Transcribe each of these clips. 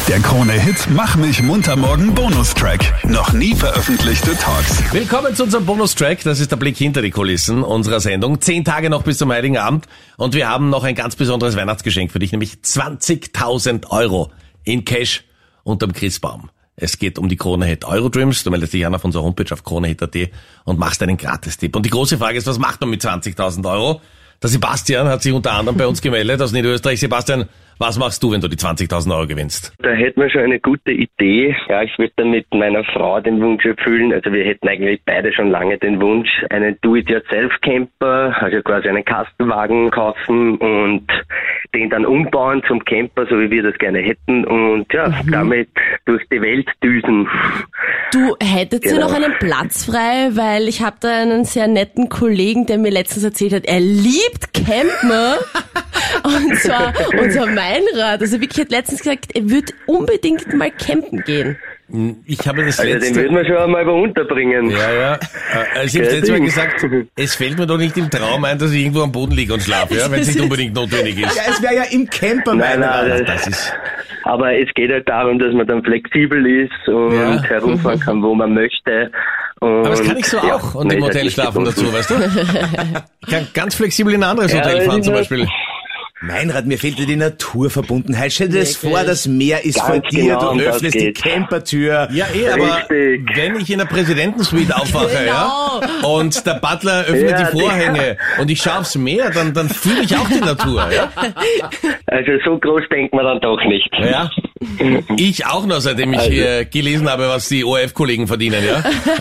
Der Krone-Hit Mach mich munter morgen Bonustrack. Noch nie veröffentlichte Talks. Willkommen zu unserem Bonustrack. Das ist der Blick hinter die Kulissen unserer Sendung. 10 Tage noch bis zum Heiligen Abend. Und wir haben noch ein ganz besonderes Weihnachtsgeschenk für dich, nämlich 20.000 Euro in Cash unterm Christbaum. Es geht um die Krone-Hit Eurodreams. Du meldest dich an auf unserer Homepage auf kronehit.at und machst einen Gratistipp. Und die große Frage ist, was macht man mit 20.000 Euro? Der Sebastian hat sich unter anderem bei uns gemeldet aus Niederösterreich. Sebastian, was machst du, wenn du die 20.000 Euro gewinnst? Da hätten wir schon eine gute Idee. Ja, ich würde dann mit meiner Frau den Wunsch erfüllen. Also wir hätten eigentlich beide schon lange den Wunsch, einen Do-it-yourself-Camper, also quasi einen Kastenwagen kaufen und den dann umbauen zum Camper, so wie wir das gerne hätten und ja, damit durch die Welt düsen. Du, hättet ihr noch einen Platz frei? Weil ich habe da einen sehr netten Kollegen, der mir letztens erzählt hat, er liebt Campen. Und zwar unser Meinrad. Also wirklich hat letztens gesagt, er würde unbedingt mal campen gehen. Ich habe das Also letzte... den würden wir schon einmal unterbringen. Ja. Also ich habe letztes Mal gesagt, es fällt mir doch nicht im Traum ein, dass ich irgendwo am Boden liege und schlafe, ja, wenn es nicht unbedingt notwendig ist. Ja, es wäre ja im Camper, Nein, Das ist... aber es geht halt darum, dass man dann flexibel ist und herumfahren kann, wo man möchte. Und Aber das kann ich so auch und im Hotel schlafen dazu, weißt du? Ich kann ganz flexibel in ein anderes Hotel fahren zum Beispiel. Meinrad, mir fehlt dir die Naturverbundenheit. Stell dir das vor, das Meer ist vor Ganz dir, genau, du das öffnest die geht. Campertür. Ja, aber Richtig. wenn ich in der Präsidentensuite aufwache, ja, und der Butler öffnet Ja, die Vorhänge und ich schaue aufs Meer, dann fühle ich auch die Natur, ja? Also so groß denkt man dann doch nicht. Ja. Ich auch noch, seitdem ich gelesen habe, was die ORF-Kollegen verdienen, ja?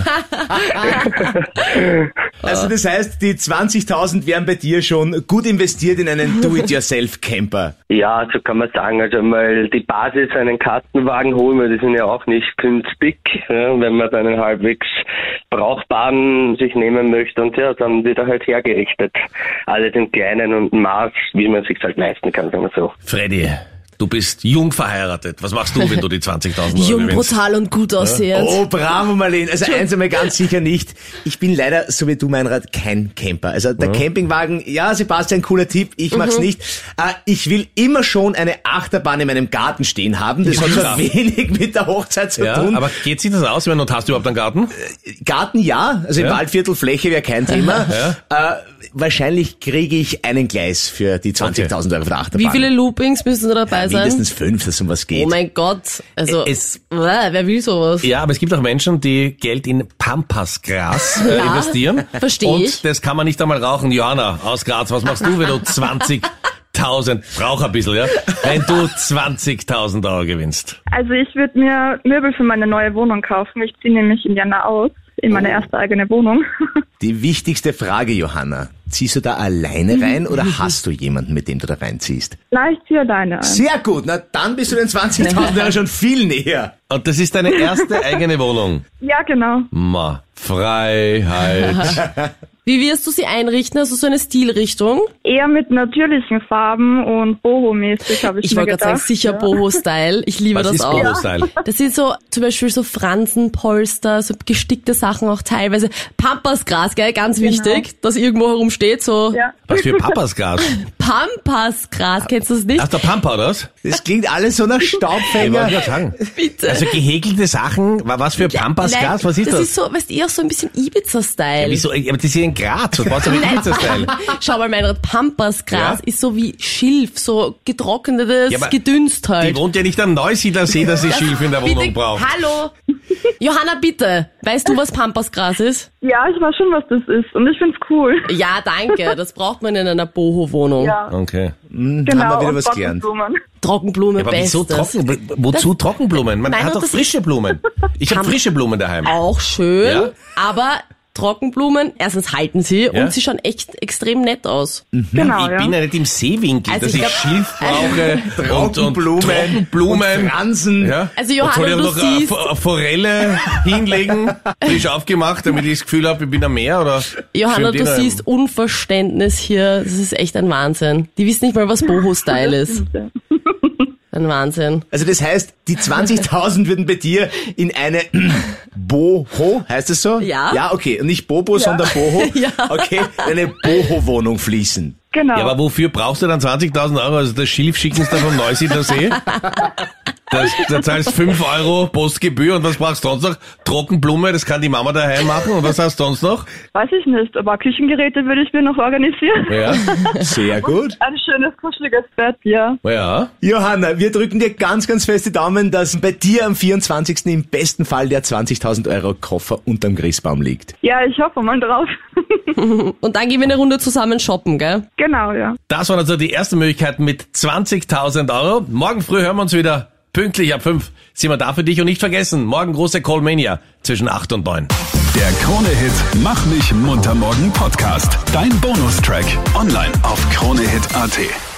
Also das heißt, die 20.000 wären bei dir schon gut investiert in einen Do-it-yourself-Camper. Ja, so kann man sagen. Also mal die Basis, einen Kastenwagen holen, weil die sind ja auch nicht günstig, ja, wenn man dann einen halbwegs brauchbaren sich nehmen möchte und ja, dann wird er halt hergerichtet. Alles im kleinen und Maß, wie man sich halt leisten kann, sagen wir so. Freddy, du bist jung verheiratet. Was machst du, wenn du die 20.000 Euro Jung, gewinnst? brutal und gut aussehend. Oh, bravo, Marlene. Also eins einmal ganz sicher nicht. Ich bin leider, so wie du, Meinrad, kein Camper. Also der Campingwagen, ja, Sebastian, cooler Tipp, ich mag's nicht. Ich will immer schon eine Achterbahn in meinem Garten stehen haben. Das hat zwar wenig mit der Hochzeit zu Ja, tun. aber geht sich das aus? Wenn du hast du überhaupt einen Garten? Garten ja, also im Waldviertel Fläche wäre kein Thema. Wahrscheinlich kriege ich einen Gleis für die 20.000 Euro für die Achterbahn. Wie viele Loopings müssen da dabei sein? Mindestens 5, dass um was geht. Oh mein Gott. Also, Es- wer will sowas? Ja, aber es gibt auch Menschen, die Geld in Pampasgras investieren. versteh Und ich. das kann man nicht einmal rauchen. Johanna aus Graz, was machst du, wenn du 20.000, rauch ein bisschen, ja? Wenn du 20.000 Euro gewinnst. Also ich würde mir Möbel für meine neue Wohnung kaufen. Ich ziehe nämlich im Januar aus, in meine erste eigene Wohnung. Die wichtigste Frage, Johanna. Ziehst du da alleine rein oder hast du jemanden, mit dem du da reinziehst? Na, ich ziehe alleine ein. Sehr gut, na dann bist du den 20.000 Euro schon viel näher. Und das ist deine erste eigene Wohnung. Ja, genau. Ma, Freiheit. Wie wirst du sie einrichten? Also so eine Stilrichtung? Eher mit natürlichen Farben und boho-mäßig, habe ich Ich mir wollte gedacht. gerade sagen, sicher Boho-Style. Ich liebe Was das ist auch. Boho-Style? Das sind so, zum Beispiel so Fransenpolster, so gestickte Sachen auch teilweise. Pampasgras, gell, ganz wichtig, das irgendwo herumsteht, so. Ja. Was für Pampasgras? Pampasgras, kennst du das nicht? Ach, der Pampa, oder was? Das klingt alles so nach Ich Staubfänger. wollte gerade sagen. Bitte. Also gehäkelte Sachen, was für Pampasgras, was ist das? Das ist so, weißt du, eher so ein bisschen Ibiza-Style. Wieso? Aber das ist ja in Graz, was brauchst du mit Pizza-Style? Schau mal, mein Pampasgras Ja? ist so wie Schilf, so getrocknetes Ja, aber Gedünst halt. Die wohnt ja nicht am Neusiedlersee, dass sie Schilf in der Wohnung Bitte, braucht. Hallo! Johanna, bitte, weißt du, was Pampasgras ist? Ja, ich weiß schon, was das ist und ich find's cool. Ja, danke, das braucht man in einer Boho-Wohnung. Ja, Okay. genau. haben wir wieder und was gelernt. Trockenblumen. Trockenblume, Aber wieso Bestes. wozu Trockenblumen? Man Nein, hat und doch das frische Blumen. Ich habe Kann- frische Blumen daheim. Auch schön, Ja. aber Trockenblumen, erstens halten sie Ja. und sie schauen echt extrem nett aus. Genau, Ich ja. bin ja nicht im Seewinkel, Also dass ich ich glaub- Schilf brauche und Trockenblumen. und Fransen. Ja. Also Und Johanna, soll ich du noch siehst- eine Forelle hinlegen, frisch aufgemacht, damit ich das Gefühl habe, ich bin am Meer? Oder Johanna, schwimmt du in einem- siehst Unverständnis hier, das ist echt ein Wahnsinn. Die wissen nicht mal, was Boho-Style ist. Ein Wahnsinn. Also das heißt, die 20.000 würden bei dir in eine Boho, heißt es so? Ja. Ja, okay. Und nicht Bobo, sondern Boho. Ja. Okay, in eine Boho-Wohnung fließen. Genau. Ja, aber wofür brauchst du dann 20.000 Euro? Also das Schilf schicken sie da vom Neusiedler See? Da zahlst 5 Euro Postgebühr und was brauchst du sonst noch? Trockenblume, das kann die Mama daheim machen und was hast du sonst noch? Weiß ich nicht, aber Küchengeräte würde ich mir noch organisieren. Ja. Sehr gut. Ein schönes, kuscheliges Bett, ja. Ja. Johanna, wir drücken dir ganz, ganz feste Daumen, dass bei dir am 24. im besten Fall der 20.000 Euro Koffer unterm Christbaum liegt. Ja, ich hoffe mal drauf. Und dann gehen wir eine Runde zusammen shoppen, gell? Genau, ja. Das waren also die ersten Möglichkeiten mit 20.000 Euro. Morgen früh hören wir uns wieder. Pünktlich ab 5 sind wir da für dich. Und nicht vergessen, morgen große Callmania zwischen 8 und 9. Der Krone-Hit Mach mich munter morgen Podcast. Dein Bonustrack. Online auf kronehit.at.